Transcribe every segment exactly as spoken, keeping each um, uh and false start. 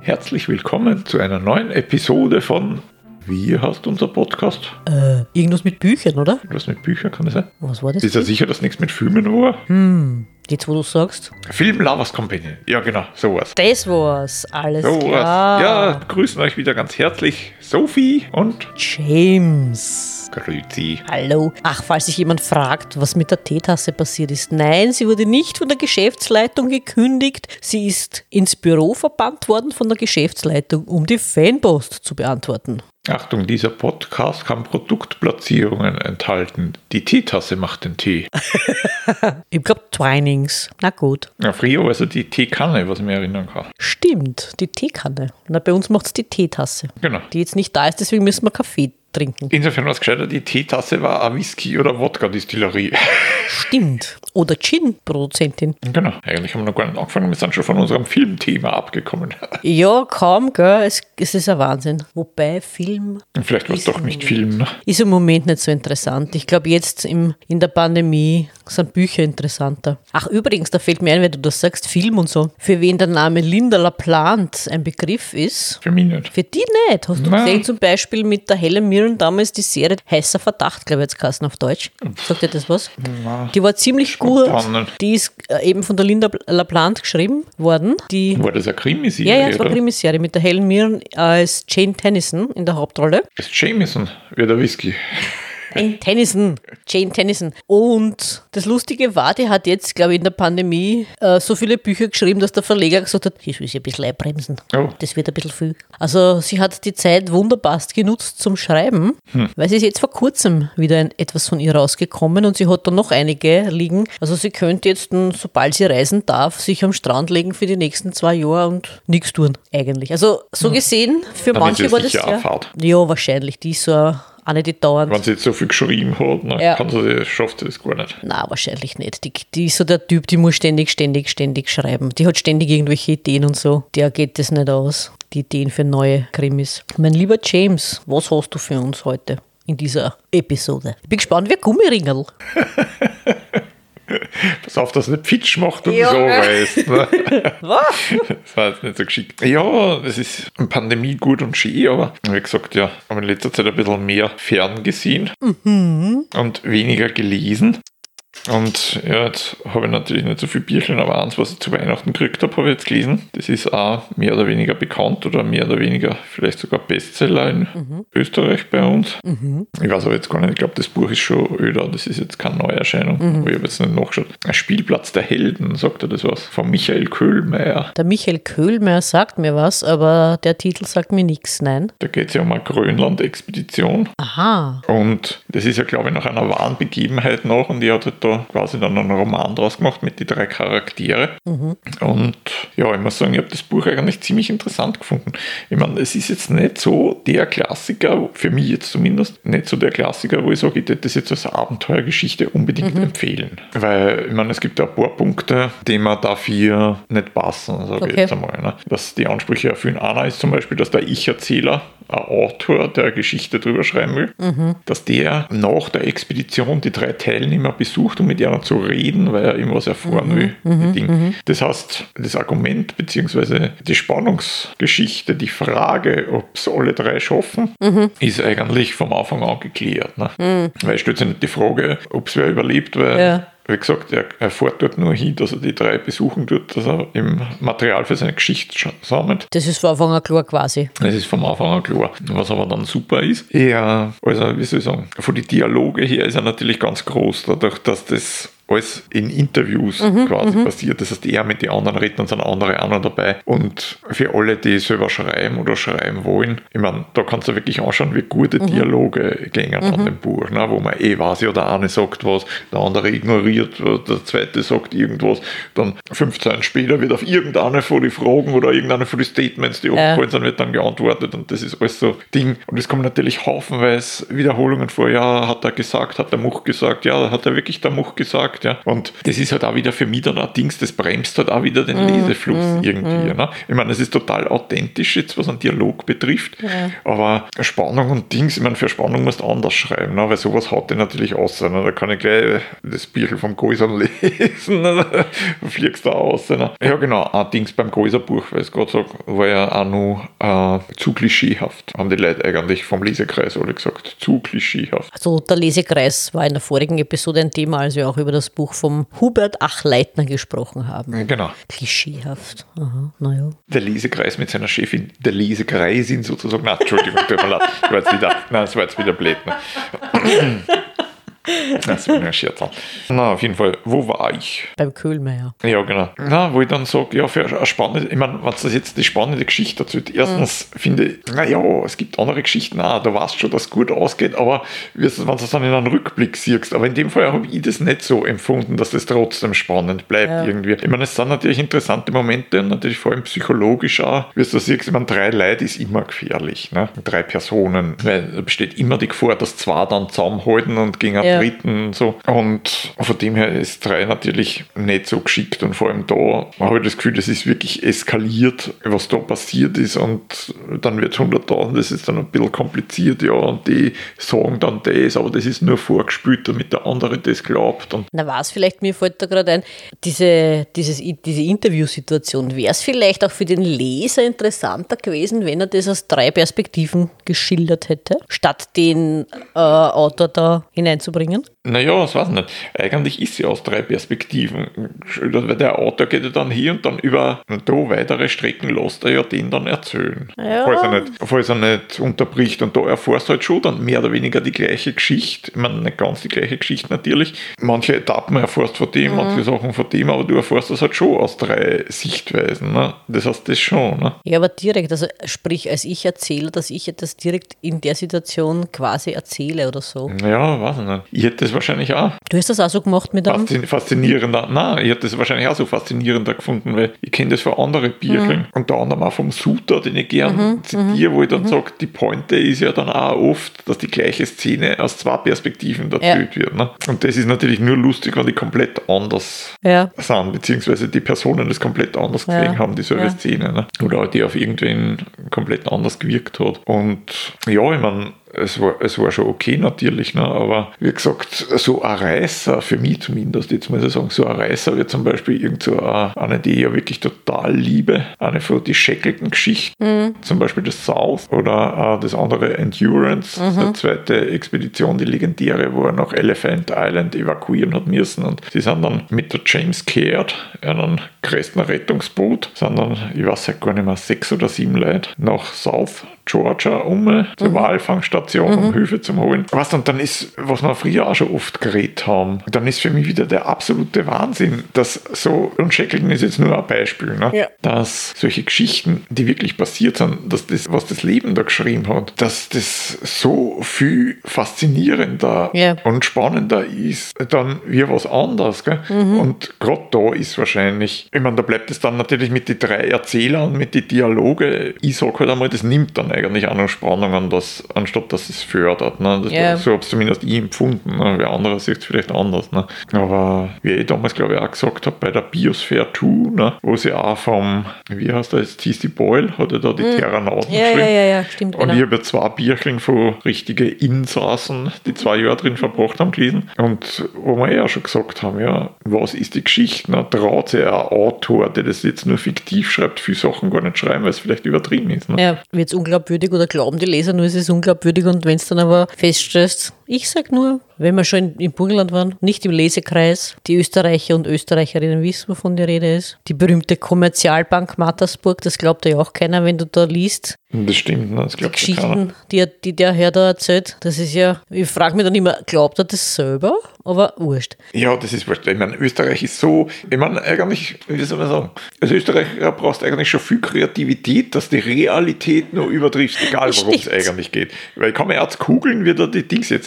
Herzlich willkommen zu einer neuen Episode von Wie heißt unser Podcast? Äh, irgendwas mit Büchern, oder? Irgendwas mit Büchern, kann das sein? Was war das? Ist ja sicher, dass nichts mit Filmen war? Hm, jetzt wo du sagst. Film Lovers Companion. Ja, genau, sowas. Das war's, alles Sowas. klar. Ja, begrüßen euch wieder ganz herzlich Sophie und James. Grüezi. Hallo. Ach, falls sich jemand fragt, was mit der Teetasse passiert ist. Nein, sie wurde nicht von der Geschäftsleitung gekündigt. Sie ist ins Büro verbannt worden von der Geschäftsleitung, um die Fanpost zu beantworten. Achtung, dieser Podcast kann Produktplatzierungen enthalten. Die Teetasse macht den Tee. Ich glaube Twinings. Na gut. Ja, früher also die Teekanne, was ich mir erinnern kann. Stimmt, die Teekanne. Na, bei uns macht es die Teetasse. Genau. Die jetzt nicht da ist, deswegen müssen wir Kaffee trinken. Insofern war es gescheiter, die Teetasse war eine Whisky- oder Wodka-Distillerie. Stimmt. Oder Gin-Produzentin. Genau. Eigentlich haben wir noch gar nicht angefangen, wir sind schon von unserem Filmthema abgekommen. Ja, kaum, gell. Es, es ist ein Wahnsinn. Wobei Film Und vielleicht war es doch nicht Film. Ne? ist im Moment nicht so interessant. Ich glaube, jetzt im, in der Pandemie sind Bücher interessanter. Ach, übrigens, da fällt mir ein, wenn du das sagst, Film und so. Für wen der Name Linda LaPlante ein Begriff ist. Für mich nicht. Für die nicht. Hast du Nein. gesehen, zum Beispiel mit der Helen Mirren damals die Serie Heißer Verdacht, glaube ich, jetzt geheißen auf Deutsch. Sagt dir das was? Nein. Die war ziemlich gut. Spontan. Die ist äh, eben von der Linda LaPlante geschrieben worden. Die War das eine Krimiserie? Ja, ja, es war oder? eine Krimiserie mit der Helen Mirren als Jane Tennyson in der Hauptrolle. Das ist Jameson, wie der Whisky. Jane Tennyson. Jane Tennyson. Und das Lustige war, die hat jetzt, glaube ich, in der Pandemie äh, so viele Bücher geschrieben, dass der Verleger gesagt hat, ich will sie ein bisschen einbremsen. Oh. Das wird ein bisschen viel. Also sie hat die Zeit wunderbar genutzt zum Schreiben, hm. weil sie ist jetzt vor kurzem wieder ein, etwas von ihr rausgekommen und sie hat dann noch einige liegen. Also sie könnte jetzt, sobald sie reisen darf, sich am Strand legen für die nächsten zwei Jahre und nichts tun eigentlich. Also so gesehen, für Dann manche ist es war das sicher ja, eine Fahrt. ja, wahrscheinlich. Die ist so eine auch nicht die dauernd. Wenn sie jetzt so viel geschrieben hat, dann Ja. kann sie, schafft sie das gar nicht. Nein, wahrscheinlich nicht. Die, die ist so der Typ, die muss ständig, ständig, ständig schreiben. Die hat ständig irgendwelche Ideen und so. Der geht das nicht aus. Die Ideen für neue Krimis. Mein lieber James, was hast du für uns heute in dieser Episode? Ich bin gespannt, wer Gummiringel. Pass auf, dass es nicht Fitsch macht und Ja. so weißt. Ne? Was? Das war jetzt nicht so geschickt. Ja, es ist eine Pandemie gut und schön, aber wie gesagt, ja, habe in letzter Zeit ein bisschen mehr ferngesehen Mhm. und weniger gelesen. Und ja, jetzt habe ich natürlich nicht so viel Bierchen, aber eins, was ich zu Weihnachten gekriegt habe, habe ich jetzt gelesen. Das ist auch mehr oder weniger bekannt oder mehr oder weniger vielleicht sogar Bestseller in Mhm. Österreich bei uns. Mhm. Ich weiß aber jetzt gar nicht, ich glaube, das Buch ist schon öder, das ist jetzt keine Neuerscheinung. Mhm. Aber ich habe jetzt nicht nachgeschaut. Ein Spielplatz der Helden, sagt er das was? Von Michael Köhlmeier. Der Michael Köhlmeier sagt mir was, aber der Titel sagt mir nichts, nein. Da geht es ja um eine Grönland-Expedition. Aha. Und das ist ja, glaube ich, nach einer wahren Begebenheit nach und die hat halt da quasi dann einen Roman draus gemacht mit den drei Charaktere. Mhm. Und ja, ich muss sagen, ich habe das Buch eigentlich ziemlich interessant gefunden. Ich meine, es ist jetzt nicht so der Klassiker, für mich jetzt zumindest, nicht so der Klassiker, wo ich sage, ich würde das jetzt als Abenteuergeschichte unbedingt Mhm. empfehlen. Weil, ich meine, es gibt ja ein paar Punkte, die mir dafür nicht passen, sage Okay. ich jetzt einmal. Ne? Dass die Ansprüche erfüllen. Einer ist zum Beispiel, dass der Ich-Erzähler, ein Autor, der eine Geschichte drüber schreiben will, Mhm. dass der nach der Expedition die drei Teilnehmer besucht, um mit ihnen zu reden, weil er irgendwas erfahren will. Mhm. Die Ding. Das heißt, das Argument bzw. die Spannungsgeschichte, die Frage, ob es alle drei schaffen, Mhm. ist eigentlich vom Anfang an geklärt. Ne? Weil es stellt sich nicht die Frage, ob es wer überlebt, weil Ja. wie gesagt, er, er fährt dort nur hin, dass er die drei besuchen tut, dass er im Material für seine Geschichte sch- sammelt. Das ist von Anfang an klar quasi. Das ist vom Anfang an klar. Was aber dann super ist, er, also wie soll ich sagen, von den Dialoge her ist er natürlich ganz groß, dadurch, dass das alles in Interviews quasi passiert. Das heißt, er mit den anderen redet und sind andere auch noch dabei. Und für alle, die selber schreiben oder schreiben wollen, ich meine, da kannst du wirklich anschauen, wie gute Dialoge gehen an dem Buch, ne? Wo man eh weiß, ja, der eine sagt was, der andere ignoriert, der zweite sagt irgendwas, dann fünf Zeilen später wird auf irgendeine von den Fragen oder irgendeine von den Statements, die Ja. abgefallen sind, wird dann geantwortet und das ist alles so Ding. Und es kommen natürlich haufenweise Wiederholungen vor, ja, hat er gesagt, hat der Much gesagt, ja, hat er wirklich der Much gesagt, gemerkt, ja. Und das ist halt auch wieder für mich dann ein Dings, das bremst halt auch wieder den mm, Lesefluss mm, irgendwie. mm. Ne? Ich meine, es ist total authentisch jetzt, was einen Dialog betrifft, ja. aber Spannung und Dings, ich meine, für Spannung musst du anders schreiben, ne? Weil sowas haut dir natürlich aus. Ne? Da kann ich gleich das Bierchen vom Gäusern lesen, ne? Da fliegst du aus. Ne? Ja genau, ein Dings beim Gäuserbuch, weil ich gerade sage, war ja auch noch äh, zu klischeehaft, haben die Leute eigentlich vom Lesekreis alle gesagt, zu klischeehaft. Also der Lesekreis war in der vorigen Episode ein Thema, als wir auch über das Buch vom Hubert Achleitner gesprochen haben. Genau. Klischeehaft. Aha, naja. Der Lesekreis mit seiner Chefin, der Lesekreisin sozusagen. Nein, Entschuldigung, tut mir leid. Das war jetzt wieder, nein, das war jetzt wieder blöd. Ne? Das war nur ein Scherz. Na, auf jeden Fall, wo war ich? Beim Köhlmeier. Ja, genau. Na, wo ich dann sage, ja, für eine spannende, ich meine, was das jetzt die spannende Geschichte dazu ist. Erstens mhm. finde ich, naja, es gibt andere Geschichten auch, da weißt du schon, dass es gut ausgeht, aber wenn du es dann in einem Rückblick siehst, aber in dem Fall habe ich das nicht so empfunden, dass das trotzdem spannend bleibt ja. irgendwie. Ich meine, es sind natürlich interessante Momente und natürlich vor allem psychologisch auch, wie du siehst, ich meine, drei Leute ist immer gefährlich, ne? Drei Personen, weil da besteht immer die Gefahr, dass zwei dann zusammenhalten und gegen einen ja. dritten und so. Und von dem her ist drei natürlich nicht so geschickt und vor allem da habe ich das Gefühl, das ist wirklich eskaliert, was da passiert ist und dann wird es hunderttausend, das ist dann ein bisschen kompliziert, ja, und die sagen dann das, aber das ist nur vorgespielt, damit der andere das glaubt. Und Na was, vielleicht, mir fällt da gerade ein, diese, dieses, diese Interviewsituation, wäre es vielleicht auch für den Leser interessanter gewesen, wenn er das aus drei Perspektiven geschildert hätte, statt den äh, Autor da hineinzubringen? Naja, das weiß ich nicht. Eigentlich ist sie aus drei Perspektiven. Weil der Autor geht ja dann hier und dann über da weitere Strecken lässt er ja den dann erzählen. Ja. Falls, er nicht, falls er nicht unterbricht. Und da erfährst du halt schon dann mehr oder weniger die gleiche Geschichte. Ich meine, nicht ganz die gleiche Geschichte natürlich. Manche Etappen erfährst von dem, mhm. manche Sachen von dem, aber du erfährst das halt schon aus drei Sichtweisen. Ne? Das heißt, das schon. Ne? Ja, aber direkt, also sprich als ich erzähle, dass ich das direkt in der Situation quasi erzähle oder so. Ja, weiß ich nicht. Ich hätte das wahrscheinlich auch. Du hast das auch so gemacht mit einem... Faszin- faszinierender. Nein, ich hätte das wahrscheinlich auch so faszinierender gefunden, weil ich kenne das von anderen Bierchen. Mhm. Unter anderem auch vom Suter, den ich gern mhm. zitiere, wo ich dann mhm. sage, die Pointe ist ja dann auch oft, dass die gleiche Szene aus zwei Perspektiven erzählt ja. wird. Ne? Und das ist natürlich nur lustig, wenn die komplett anders ja. sind, beziehungsweise die Personen das komplett anders gesehen ja. haben, dieselbe ja. Szene. Ne? Oder die auf irgendwen komplett anders gewirkt hat. Und ja, ich meine, Es war, es war schon okay natürlich, ne? Aber wie gesagt, so ein Reißer, für mich zumindest, jetzt muss ich sagen, so ein Reißer wie zum Beispiel irgend so eine, eine, die ich ja wirklich total liebe, eine von den Shackleton-Geschichten, mhm. zum Beispiel das South oder uh, das andere Endurance, mhm. die zweite Expedition, die legendäre, wo er nach Elephant Island evakuieren hat müssen und sie sind dann mit der James Caird, einem größten Rettungsboot, sind dann, ich weiß halt gar nicht mehr, sechs oder sieben Leute nach South Georgia um zur mhm. Walfangstation, um mhm. Hilfe zu holen. Weißt du, und dann ist, was wir früher auch schon oft geredet haben, dann ist für mich wieder der absolute Wahnsinn, dass so, und Shackleton ist jetzt nur ein Beispiel, ne? Ja. Dass solche Geschichten, die wirklich passiert sind, dass das, was das Leben da geschrieben hat, dass das so viel faszinierender ja. und spannender ist, dann wie was anderes. Gell? Mhm. Und gerade da ist wahrscheinlich, ich meine, da bleibt es dann natürlich mit den drei Erzählern, mit den Dialoge, ich sage halt einmal, das nimmt dann eigentlich auch noch Spannung an das, anstatt dass es fördert. Ne? Das yeah. war, so habe es zumindest ich empfunden. Ne? Wer anderer sieht es vielleicht anders. Ne? Aber wie ich damals, glaube ich, auch gesagt habe, bei der Biosphere zwei, ne? wo sie auch vom, wie heißt das jetzt, T C Boyle, hat er da die mm. Terranauten ja, geschrieben. Ja, ja, ja, stimmt. Und genau. ich habe ja zwei Bierchen von richtigen Insassen, die zwei Jahre drin verbracht haben, gelesen. Und wo wir ja schon gesagt haben, ja, was ist die Geschichte? Ne? Traut sich ein Autor, der das jetzt nur fiktiv schreibt, viele Sachen gar nicht schreiben, weil es vielleicht übertrieben ist. Ne? Ja, wird es unglaubwürdig oder glauben die Leser nur, es ist unglaubwürdig und wenn es dann aber feststellst, ich sag nur, wenn wir schon in, im Burgenland waren, nicht im Lesekreis, die Österreicher und Österreicherinnen wissen, wovon die Rede ist. Die berühmte Kommerzialbank Mattersburg, das glaubt ja auch keiner, wenn du da liest. Das stimmt, ne? Das glaubt die Geschichten, die, die der Herr da erzählt, das ist ja, ich frage mich dann immer, glaubt er das selber? Aber wurscht. Ja, das ist wurscht. Ich meine, Österreich ist so, ich meine, eigentlich, wie soll man sagen, als Österreicher brauchst du eigentlich schon viel Kreativität, dass die Realität nur übertriffst, egal worum es eigentlich geht. Weil ich kann mir jetzt kugeln, wie da die Dings jetzt,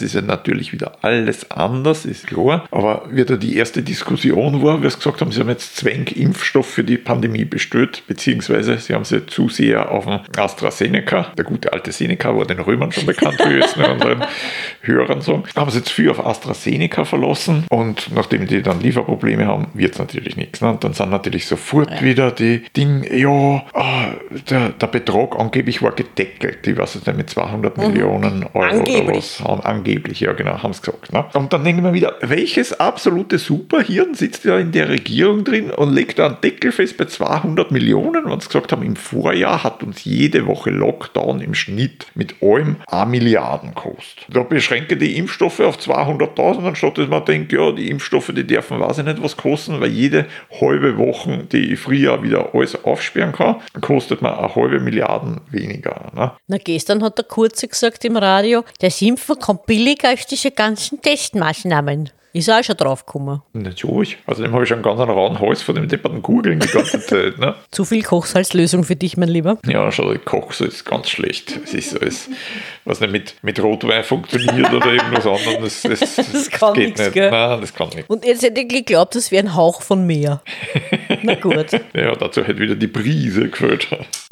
ist ja natürlich wieder alles anders, ist klar. Aber wie da die erste Diskussion war, wie sie gesagt haben, sie haben jetzt Zwang-Impfstoff für die Pandemie bestellt, beziehungsweise sie haben sie zu sehr auf den AstraZeneca, der gute alte Seneca war den Römern schon bekannt, wie wir jetzt mit unseren Hörern sagen, haben sie jetzt viel auf AstraZeneca verlassen und nachdem die dann Lieferprobleme haben, wird es natürlich nichts. Ne? Und dann sind natürlich sofort ja. wieder die Dinge, ja, ah, der, der Betrag angeblich war gedeckelt, ich weiß nicht, mit zweihundert mhm. Millionen Euro angeblich. Oder was. Angeblich, ja genau, haben sie gesagt. Ne? Und dann denken wir wieder, welches absolute Superhirn sitzt ja in der Regierung drin und legt da einen Deckel fest bei zweihundert Millionen, wenn sie gesagt haben, im Vorjahr hat uns jede Woche Lockdown im Schnitt mit allem eine Milliarden kostet. Da beschränke die Impfstoffe auf zweihunderttausend, anstatt dass man denkt, ja, die Impfstoffe, die dürfen weiß ich nicht was kosten, weil jede halbe Woche, die ich früher wieder alles aufsperren kann, kostet man eine halbe Milliarde weniger. Ne? Na, gestern hat der Kurze gesagt im Radio, das Impfen kommt billiger als diese ganzen Testmaßnahmen. Ist auch schon drauf gekommen. Natürlich. Außerdem habe ich schon einen ganz rauen Hals von dem depperten Googeln die ganze Zeit. Ne? Zu viel Kochsalzlösung für dich, mein Lieber. Ja, schau, Kochsalz ist ganz schlecht. Es ist alles, was nicht mit, mit Rotwein funktioniert oder irgendwas anderes. Das, das, das, das kann geht nichts, nicht. Gell? Nein, das kann nicht. Und jetzt hätte ich geglaubt, das wäre ein Hauch von Meer. Na gut. Ja, dazu hätte wieder die Brise gefällt.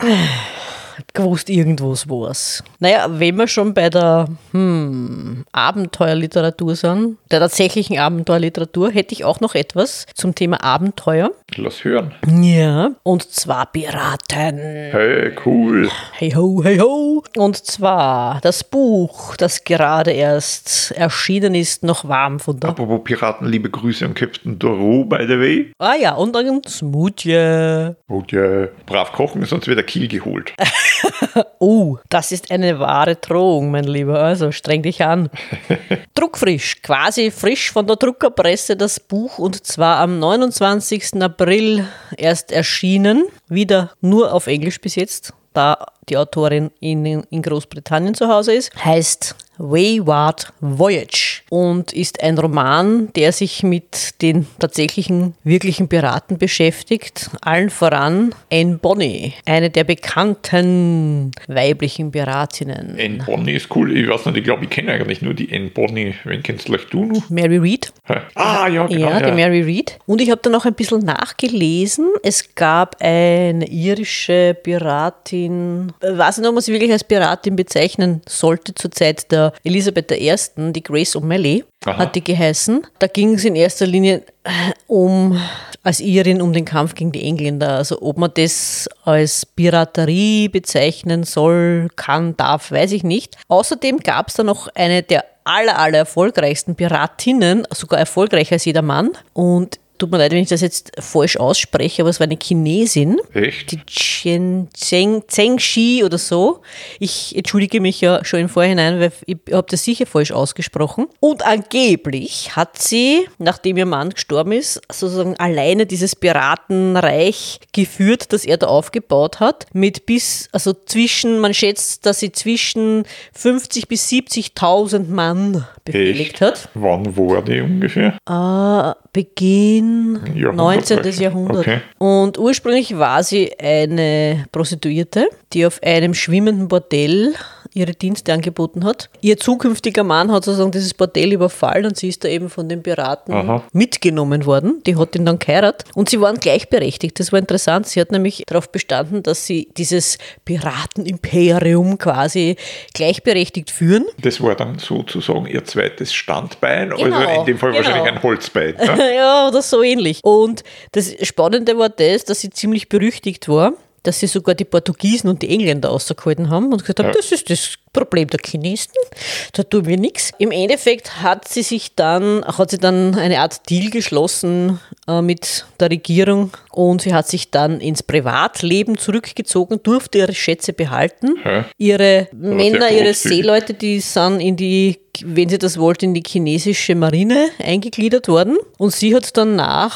Gewusst, irgendwas war's. Naja, wenn wir schon bei der hm, Abenteuerliteratur sind, der tatsächlichen Abenteuerliteratur, hätte ich auch noch etwas zum Thema Abenteuer. Lass hören. Ja, und zwar Piraten. Hey, cool. Hey ho, hey ho. Und zwar das Buch, das gerade erst erschienen ist, noch warm von der... Apropos Piraten, liebe Grüße an Captain Doro, by the way. Ah ja, und dann Smoothie. Smoothie. Brav kochen, sonst wird der Kiel geholt. Oh, das ist eine wahre Drohung, mein Lieber. Also streng dich an. Druckfrisch, quasi frisch von der Druckerpresse das Buch und zwar am neunundzwanzigsten April erst erschienen. Wieder nur auf Englisch bis jetzt, da die Autorin in, in Großbritannien zu Hause ist. Heißt Wayward Voyage und ist ein Roman, der sich mit den tatsächlichen, wirklichen Piraten beschäftigt. Allen voran Anne Bonny, eine der bekannten weiblichen Piratinnen. Anne Bonny ist cool. Ich weiß nicht, ich glaube, ich kenne eigentlich nur die Anne Bonny. Wen kennst du vielleicht du noch? Mary Read. Hä? Ah, ja, genau. Ja, die ja. Mary Read. Und ich habe dann noch ein bisschen nachgelesen. Es gab eine irische Piratin, ich weiß nicht, ob man sie wirklich als Piratin bezeichnen sollte, zur Zeit der Elisabeth der Ersten, die Grace O'Malley, Aha. hat die geheißen. Da ging es in erster Linie um, als Irin um den Kampf gegen die Engländer. Also ob man das als Piraterie bezeichnen soll, kann, darf, weiß ich nicht. Außerdem gab es da noch eine der aller, aller erfolgreichsten Piratinnen, sogar erfolgreicher als jeder Mann. Und tut mir leid, wenn ich das jetzt falsch ausspreche, aber es war eine Chinesin. Echt? Die Chen, Zheng, Zheng Shi oder so. Ich entschuldige mich ja schon im Vorhinein, weil ich habe das sicher falsch ausgesprochen. Und angeblich hat sie, nachdem ihr Mann gestorben ist, sozusagen alleine dieses Piratenreich geführt, das er da aufgebaut hat, mit bis, also zwischen, man schätzt, dass sie zwischen fünfzig bis siebzigtausend Mann befehligt Echt? hat. Wann war die ungefähr? Äh, Beginn neunzehnten Jahrhundert. Okay. Und ursprünglich war sie eine Prostituierte, die auf einem schwimmenden Bordell ihre Dienste angeboten hat. Ihr zukünftiger Mann hat sozusagen dieses Bordell überfallen und sie ist da eben von den Piraten Aha. mitgenommen worden. Die hat ihn dann geheiratet und sie waren gleichberechtigt. Das war interessant. Sie hat nämlich darauf bestanden, dass sie dieses Piratenimperium quasi gleichberechtigt führen. Das war dann sozusagen ihr zweites Standbein, genau, also in dem Fall genau. wahrscheinlich ein Holzbein. Ne? Ja, oder so ähnlich. Und das Spannende war das, dass sie ziemlich berüchtigt war, dass sie sogar die Portugiesen und die Engländer ausgehalten haben und gesagt haben, ja. das ist das Problem der Chinesen, da tun wir nichts. Im Endeffekt hat sie sich dann, hat sie dann eine Art Deal geschlossen äh, mit der Regierung und sie hat sich dann ins Privatleben zurückgezogen, durfte ihre Schätze behalten. Ja. Ihre Aber Männer, ihre Seeleute, die sind in die, wenn sie das wollte, in die chinesische Marine eingegliedert worden und sie hat dann nach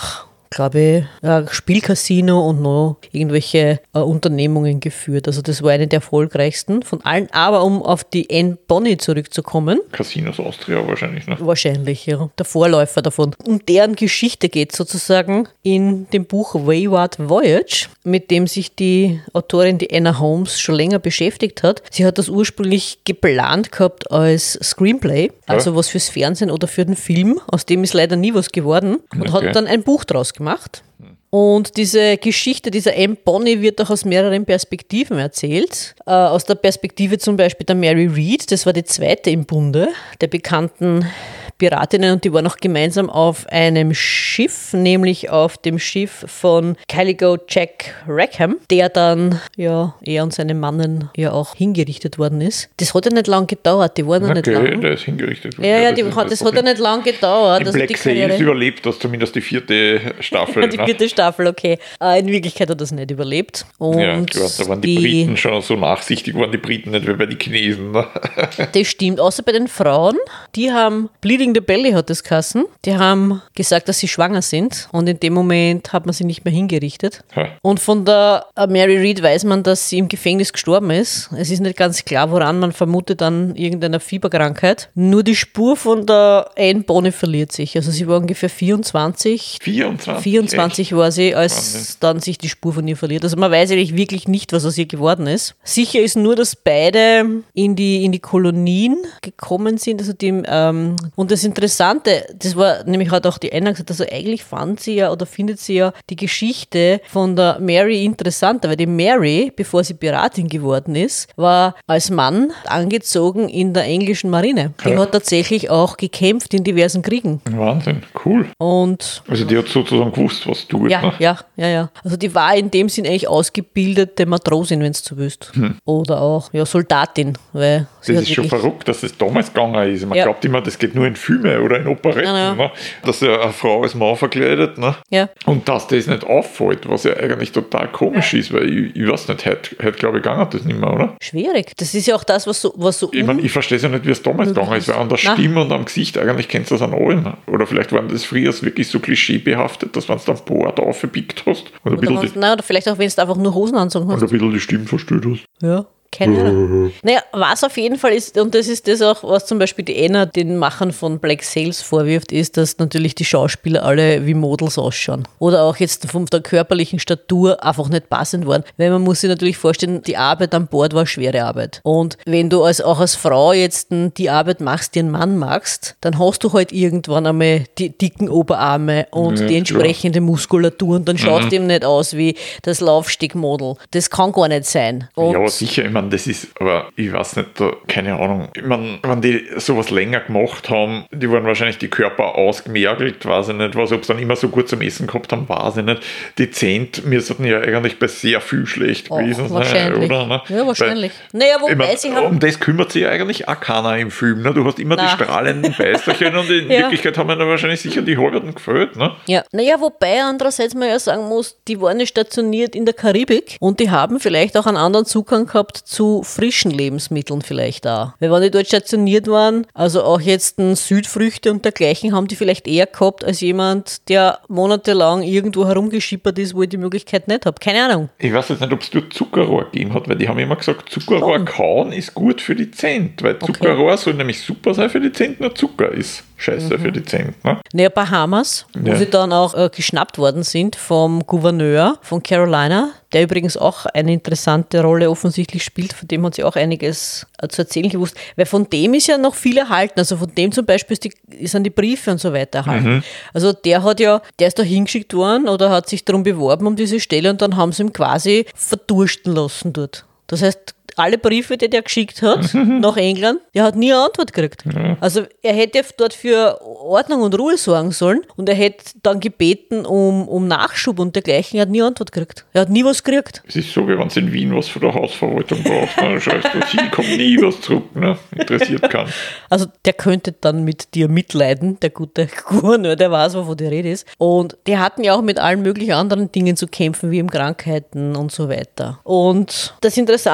glaube ich, ein Spielcasino und noch irgendwelche äh, Unternehmungen geführt. Also das war eine der erfolgreichsten von allen. Aber um auf die Anne Bonny zurückzukommen. Casinos Austria wahrscheinlich, ne? Wahrscheinlich, ja. Der Vorläufer davon. Um deren Geschichte geht sozusagen in dem Buch Wayward Voyage, mit dem sich die Autorin, die Anna Holmes, schon länger beschäftigt hat. Sie hat das ursprünglich geplant gehabt als Screenplay, also ja. was fürs Fernsehen oder für den Film. Aus dem ist leider nie was geworden und okay. hat dann ein Buch draus gemacht. Und diese Geschichte dieser Anne Bonny wird auch aus mehreren Perspektiven erzählt. Äh, aus der Perspektive zum Beispiel der Mary Read, das war die zweite im Bunde der bekannten Piratinnen, und die waren auch gemeinsam auf einem Schiff, nämlich auf dem Schiff von Caligo Jack Rackham, der dann, ja, er und seine Mannen ja auch hingerichtet worden ist. Das hat ja nicht lang gedauert, die waren ja nicht lang. Okay, der ist hingerichtet worden. Ja, ja, die, das, das, das hat ja nicht lang gedauert. Die also Black Sails überlebt das, zumindest die vierte Staffel. die vierte ne? Staffel, okay. Äh, in Wirklichkeit hat das nicht überlebt. Und ja, klar, da waren die, die Briten schon so nachsichtig, waren die Briten nicht wie bei den Chinesen. Ne? Das stimmt, außer bei den Frauen, die haben Bleeding the Belly hat das geheißen. Die haben gesagt, dass sie schwanger sind, und in dem Moment hat man sie nicht mehr hingerichtet. Ha. Und von der Mary Read weiß man, dass sie im Gefängnis gestorben ist. Es ist nicht ganz klar, woran, man vermutet an irgendeiner Fieberkrankheit. Nur die Spur von der Anne Bonny verliert sich. Also sie war ungefähr vierundzwanzig. vierundzwanzig? vierundzwanzig war sie, als Wahnsinn. Dann sich die Spur von ihr verliert. Also man weiß eigentlich wirklich nicht, was aus ihr geworden ist. Sicher ist nur, dass beide in die, in die Kolonien gekommen sind. Also die, ähm, und das Interessante, das war nämlich, hat auch die Anna gesagt, also eigentlich fand sie ja oder findet sie ja die Geschichte von der Mary interessanter, weil die Mary, bevor sie Piratin geworden ist, war als Mann angezogen in der englischen Marine. Die ja. hat tatsächlich auch gekämpft in diversen Kriegen. Wahnsinn, cool. Und also die hat sozusagen gewusst, was du ja, ne? ja, ja, ja. Also die war in dem Sinn eigentlich ausgebildete Matrosin, wenn es so willst. Hm. Oder auch ja, Soldatin. Weil das ist schon verrückt, dass das damals gegangen ist. Man ja. glaubt immer, das geht nur in Filme oder in Operetten, ja, ja. Ne? Dass ja eine Frau als Mann verkleidet, ne? Ja. Und dass das nicht auffällt, was ja eigentlich total komisch ist, weil ich, ich weiß nicht, heute, heute glaube ich, ging das nicht mehr, oder? Schwierig. Das ist ja auch das, was so... Was so ich meine, ich verstehe es ja nicht, wie es damals gegangen ist, weil an der Stimme Nein. und am Gesicht eigentlich kennst du das an allen. Oder vielleicht waren das früher wirklich so klischeebehaftet, dass wenn du dann Bord aufgepickt hast. Oder, oder, die, nein, oder vielleicht auch, wenn du einfach nur Hosen anzogen hast. Oder ein bisschen die Stimme verstellt hast. Ja. Keine Ahnung. Naja, was auf jeden Fall ist, und das ist das auch, was zum Beispiel die Anna den Machern von Black Sails vorwirft, ist, dass natürlich die Schauspieler alle wie Models ausschauen. Oder auch jetzt von der körperlichen Statur einfach nicht passend waren. Weil man muss sich natürlich vorstellen, die Arbeit an Bord war schwere Arbeit. Und wenn du als, auch als Frau jetzt die Arbeit machst, die ein Mann machst, dann hast du halt irgendwann einmal die dicken Oberarme und ja, die entsprechende klar. Muskulatur, und dann schaut mhm. dem nicht aus wie das Laufstegmodel. Das kann gar nicht sein. Und ja, sicher, ich meine, das ist, aber ich weiß nicht, da, keine Ahnung. Ich meine, wenn die sowas länger gemacht haben, die waren wahrscheinlich die Körper ausgemergelt, weiß ich nicht, was, ob sie dann immer so gut zum Essen gehabt haben, weiß ich nicht. Die Zent müssten ja eigentlich bei sehr viel schlecht oh, gewesen sein, wahrscheinlich. oder? Ne? Ja, wahrscheinlich. Weil, naja, wobei ich mein, sie haben... Um das kümmert sich ja eigentlich auch keiner im Film. Ne? Du hast immer Na. die strahlenden Beisterchen und in ja. Wirklichkeit haben wir wahrscheinlich sicher die halben gefällt. Ne? Ja, naja, wobei andererseits man ja sagen muss, die waren ja stationiert in der Karibik und die haben vielleicht auch einen anderen Zugang gehabt zu frischen Lebensmitteln vielleicht auch. Weil wenn die dort stationiert waren, also auch jetzt Südfrüchte und dergleichen, haben die vielleicht eher gehabt als jemand, der monatelang irgendwo herumgeschippert ist, wo ich die Möglichkeit nicht habe. Keine Ahnung. Ich weiß jetzt nicht, ob es dort Zuckerrohr gegeben hat, weil die haben immer gesagt, Zuckerrohr oh. kauen ist gut für die Zähne, weil Zuckerrohr okay. soll nämlich super sein für die Zähne, nur Zucker ist scheiße mhm. für die Zähne. Ne? Naja, Bahamas, wo ja. sie dann auch äh, geschnappt worden sind vom Gouverneur von Carolina, der übrigens auch eine interessante Rolle offensichtlich spielt, von dem hat sie auch einiges äh, zu erzählen gewusst, weil von dem ist ja noch viel erhalten, also von dem zum Beispiel ist die, sind die Briefe und so weiter erhalten. Mhm. Also der hat ja, der ist da hingeschickt worden oder hat sich darum beworben um diese Stelle und dann haben sie ihn quasi verdursten lassen dort. Das heißt, alle Briefe, die der geschickt hat nach England, der hat nie eine Antwort gekriegt. Ja. Also er hätte dort für Ordnung und Ruhe sorgen sollen und er hätte dann gebeten um, um Nachschub und dergleichen. Er hat nie eine Antwort gekriegt. Er hat nie was gekriegt. Es ist so, wie wenn es in Wien was von der Hausverwaltung braucht. Dann schreibst du hin, kommt nie was zurück. Ne? Interessiert keinen. Also der könnte dann mit dir mitleiden, der gute Gouverneur, der weiß, wovon die Rede ist. Und die hatten ja auch mit allen möglichen anderen Dingen zu kämpfen, wie eben Krankheiten und so weiter. Und das Interessante ist halt,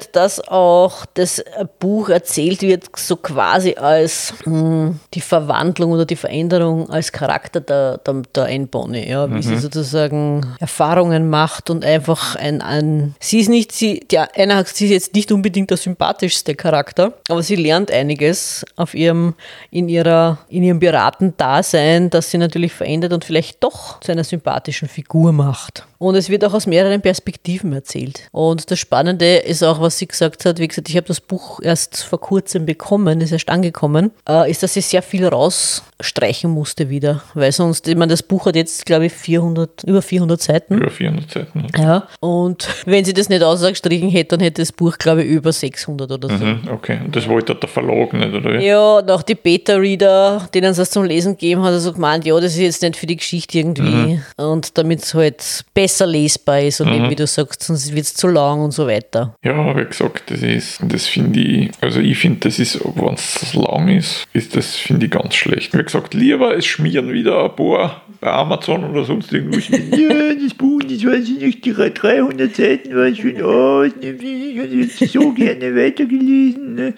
halt, dass auch das Buch erzählt wird, so quasi als mh, die Verwandlung oder die Veränderung als Charakter der, der, der Anne Bonny, ja, wie mhm. sie sozusagen Erfahrungen macht und einfach ein, ein sie ist nicht, sie, die eine hat, sie ist jetzt nicht unbedingt der sympathischste Charakter, aber sie lernt einiges auf ihrem, in ihrer, in ihrem Beraten-Dasein, das sie natürlich verändert und vielleicht doch zu einer sympathischen Figur macht. Und es wird auch aus mehreren Perspektiven erzählt. Und das Spannende ist auch, was sie gesagt hat, wie gesagt, ich habe das Buch erst vor kurzem bekommen, ist erst angekommen, äh, ist, dass sie sehr viel rausstreichen musste wieder, weil sonst, ich meine, das Buch hat jetzt, glaube ich, vierhundert, über vierhundert Seiten. Über vierhundert Seiten. Ja, und wenn sie das nicht ausgestrichen hätte, dann hätte das Buch, glaube ich, über sechshundert oder so. Mhm, okay, und das wollte der Verlag nicht, oder wie? Ja, und auch die Beta-Reader, denen sie das zum Lesen gegeben hat, also gemeint, ja, das ist jetzt nicht für die Geschichte irgendwie. Mhm. Und damit es halt besser lesbar ist und mhm. eben, wie du sagst, sonst wird es zu lang und so weiter. Ja, wie gesagt, das ist, das finde ich, also ich finde, das ist, wenn es lang ist, ist das, finde ich, ganz schlecht. Wie gesagt, lieber es schmieren wieder ein paar bei Amazon oder sonst irgendwo. Ja, das Buch, das weiß ich nicht, die dreihundert Seiten war schon aus, ich hätte jetzt so gerne weitergelesen. Ne?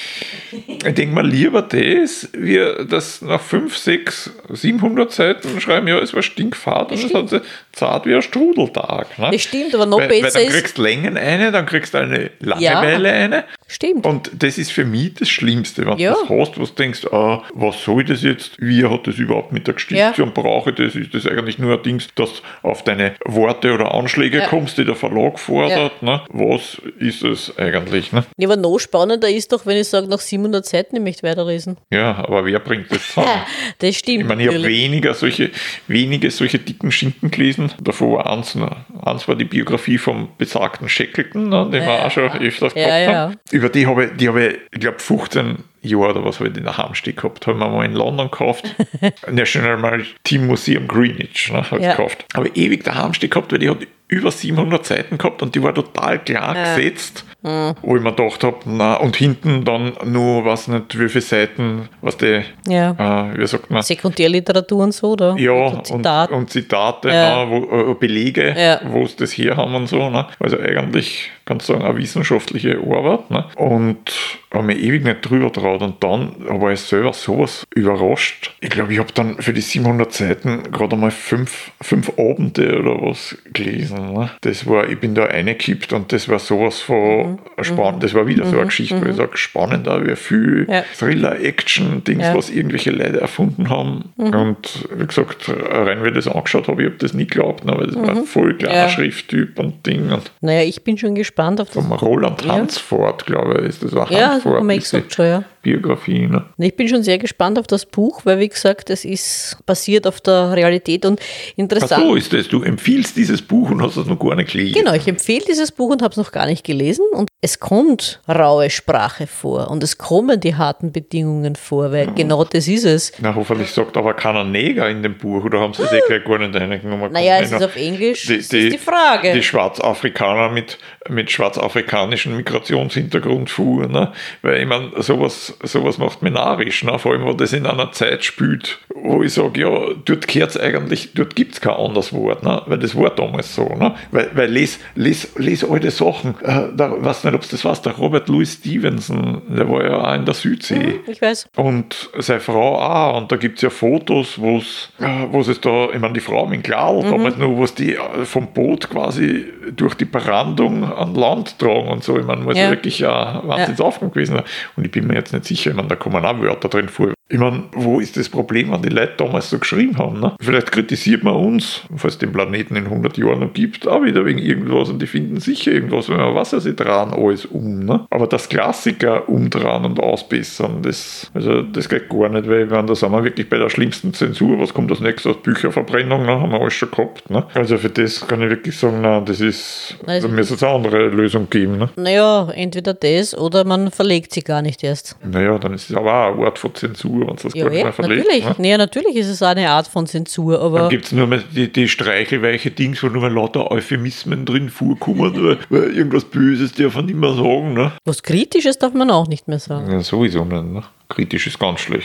Ich denke mal, lieber das, wie das nach fünf, sechs, siebenhundert Seiten schreiben, ja, es war stinkfad und es hat sie zart wie ein Strudeltag. Ne? Das stimmt, aber noch weil, besser weil dann ist... kriegst du Längen eine, dann kriegst du eine Langeweile ja, eine. Stimmt. Und das ist für mich das Schlimmste, wenn ja. du das hast, was du denkst, ah, was soll das jetzt, wie hat das überhaupt mit der Geschichte ja. und brauche ich das, ist das eigentlich nur ein Ding, dass du auf deine Worte oder Anschläge ja. kommst, die der Verlag fordert, ja. ne? Was ist es eigentlich? Ne? Ja, aber noch spannender ist doch, wenn ich sage, nach siebenhundert Seiten, ich möchte weiterlesen. Ja, aber wer bringt das zusammen? Das stimmt. Ich meine, ich habe weniger solche, wenige solche dicken Schinken gelesen. Davor war eins, ne? eins war die Biografie vom besagten Shackleton, ne? den ja, wir auch schon öfters ja, gehabt ja. haben. Über die habe ich, die habe ich, ich glaube, fünfzehn Jahre oder was habe ich in der Heimsteh gehabt. Haben wir mal in London gekauft. National Maritime Museum Greenwich ne, habe ich ja. gekauft. Aber ewig der Heimsteh gehabt, weil die hat über siebenhundert Seiten gehabt und die war total klar ja. gesetzt, mhm. wo ich mir gedacht habe, na, und hinten dann nur, weiß nicht, wie viele Seiten, was die, ja. äh, wie sagt man? Sekundärliteratur und so, oder? Ja, und, Zitat. und, und Zitate, ja. na, wo, äh, Belege, ja. wo sie das her haben und so. Ne? Also eigentlich, kannst du sagen, eine wissenschaftliche Arbeit. Ne? Und habe mich ewig nicht drüber traut und dann war ich selber sowas überrascht. Ich glaube, ich habe dann für die siebenhundert Seiten gerade einmal fünf, fünf Abende oder was gelesen. Ne? Das war, ich bin da reingekippt und das war sowas von mhm. spannend. Das war wieder mhm. so eine Geschichte, mhm. wo ich sage, spannender wie viel ja. Thriller, Action, Dings, ja. was irgendwelche Leute erfunden haben. Mhm. Und wie gesagt, rein wie ich das angeschaut habe, ich habe das nie geglaubt, ne? Weil das mhm. war ein voll kleiner ja. Schrifttyp und Ding. Und naja, ich bin schon gespannt auf das. Vom Roland ja. Hansford, glaube ich, ist das auch ja, Hansford. Ja, gesagt schon, ja. Biografie. Ne? Ich bin schon sehr gespannt auf das Buch, weil, wie gesagt, es ist basiert auf der Realität und interessant. Ach so ist das. Du empfiehlst dieses Buch und hast es noch gar nicht gelesen. Genau, ich empfehle dieses Buch und habe es noch gar nicht gelesen. Und es kommt raue Sprache vor und es kommen die harten Bedingungen vor, weil ja. genau das ist es. Na, hoffentlich sagt aber keiner Neger in dem Buch oder haben sie es eh gleich gar nicht reingenommen? Naja, es ist auf Englisch, die, das ist die Frage. Die Schwarzafrikaner mit, mit schwarzafrikanischem Migrationshintergrund fuhren, ne? Weil ich meine, sowas, sowas macht mich narrisch, ne? Vor allem, wo das in einer Zeit spielt, wo ich sage, ja, dort gehört es eigentlich, dort gibt es kein anderes Wort, ne? Weil das war damals so, ne? Weil, weil les, les, les alte Sachen, äh, da, weiß nicht, ob es das war, der Robert Louis Stevenson, der war ja auch in der Südsee. Mhm, ich weiß. Und seine Frau auch, und da gibt es ja Fotos, wo es äh, es da, ich meine, die Frau mit Klau, mhm. damals nur, wo es die vom Boot quasi durch die Brandung an Land tragen und so, ich meine, muss ja wirklich ein Wahnsinnsaufwand gewesen sein. Und ich bin mir jetzt nicht sicher, ich meine, da kommen auch Wörter drin vor. Ich meine, wo ist das Problem, wenn die Leute damals so geschrieben haben? Ne? Vielleicht kritisiert man uns, falls es den Planeten in hundert Jahren noch gibt, auch wieder wegen irgendwas und die finden sicher irgendwas, wenn man was sie dran alles um. Ne? Aber das Klassiker umdrehen und ausbessern, das, also das geht gar nicht, weil meine, da sind wir wirklich bei der schlimmsten Zensur. Was kommt als nächstes? Bücherverbrennung, ne? Haben wir alles schon gehabt. Ne? Also für das kann ich wirklich sagen, nein, das ist, also, da müsste es eine andere Lösung geben. Ne? Naja, entweder das oder man verlegt sie gar nicht erst. Naja, dann ist es aber auch ein Wort von Zensur. Wenn das ja, ja, mal verlegt, natürlich. Ne? Naja, natürlich ist es auch eine Art von Zensur. Aber dann gibt es nur mal die, die streichelweiche Dings, wo nur mal lauter Euphemismen drin vorkommen, weil, weil irgendwas Böses darf man nicht mehr sagen. Ne? Was Kritisches darf man auch nicht mehr sagen. Ja, sowieso nicht. Ne? Kritisch ist ganz schlecht.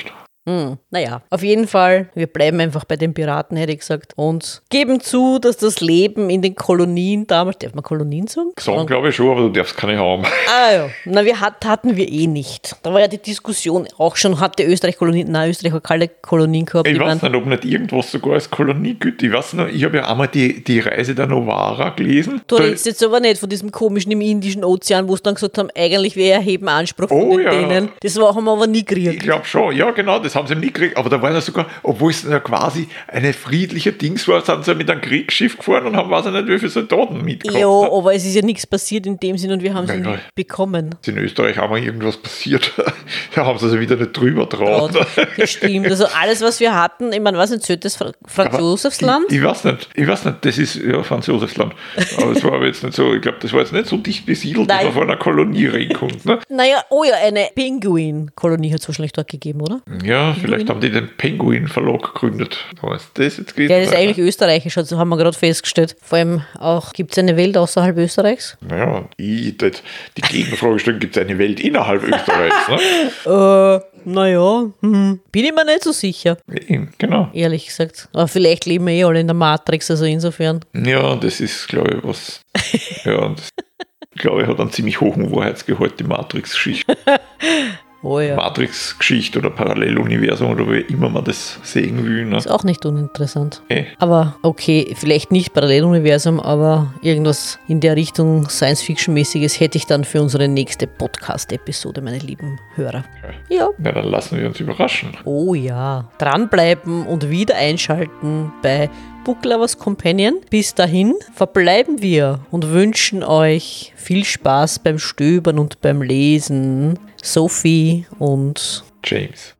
Hm, naja, auf jeden Fall, wir bleiben einfach bei den Piraten, hätte ich gesagt, und geben zu, dass das Leben in den Kolonien damals, darf man Kolonien sagen? Sagen glaube ich schon, aber du darfst keine haben. Ah ja, na, wir hat, hatten wir eh nicht. Da war ja die Diskussion auch schon, hatte Österreich Kolonien? Nein, Österreich hat keine Kolonien gehabt. Ich weiß nicht, ob nicht irgendwas sogar als Kolonie gilt. Ich weiß noch, ich habe ja einmal die, die Reise der Novara gelesen. Du redest jetzt aber nicht von diesem komischen im Indischen Ozean, wo sie dann gesagt haben, eigentlich wir erheben Anspruch von Oh den ja. denen. Das war, haben wir aber nie Ich gekriegt. glaube schon, ja genau, das haben sie nie gekriegt. Aber da war ja sogar, obwohl es ja quasi eine friedliche Dings war, sind sie mit einem Kriegsschiff gefahren und haben, weiß ich nicht, wie viele Soldaten mitgehabt. Ja, Ne? aber es ist ja nichts passiert in dem Sinn und wir haben sie Ja, ja. nicht bekommen. In Österreich haben wir irgendwas passiert. Da haben sie also wieder nicht drüber traut. Das stimmt. Also alles, was wir hatten, ich meine, was in Sylt, das Fra- Franz Josefsland? Ich, ich weiß nicht, ich weiß nicht, das ist ja Franz Josefsland. Aber es war aber jetzt nicht so, ich glaube, das war jetzt nicht so dicht besiedelt, dass Nein. man von einer Kolonie reden konnte. Ne? Naja, oh ja, eine Pinguin-Kolonie hat es wahrscheinlich dort gegeben, oder? Ja, vielleicht haben die den Penguin Verlag gegründet. Da ist das jetzt gewesen. Ja, das ist eigentlich österreichisch, also haben wir gerade festgestellt. Vor allem auch, gibt es eine Welt außerhalb Österreichs? Naja, ich, das, die Gegenfrage stellen, gibt es eine Welt innerhalb Österreichs? Ne? Äh, naja, hm, bin ich mir nicht so sicher, Eben, genau. ehrlich gesagt. Aber vielleicht leben wir eh alle in der Matrix, also insofern. Ja, das ist, glaube ich, was. Ja, und das, glaube ich, hat einen ziemlich hohen Wahrheitsgehalt, die Matrix-Geschichte. Oh ja. Matrix-Geschichte oder Paralleluniversum oder wie immer man das sehen will. Ne? Ist auch nicht uninteressant. Eh. Aber okay, vielleicht nicht Paralleluniversum, aber irgendwas in der Richtung Science-Fiction-mäßiges hätte ich dann für unsere nächste Podcast-Episode, meine lieben Hörer. Ja. Na, dann lassen wir uns überraschen. Oh ja. Dranbleiben und wieder einschalten bei Book Lovers Companion. Bis dahin verbleiben wir und wünschen euch viel Spaß beim Stöbern und beim Lesen. Sophie und James.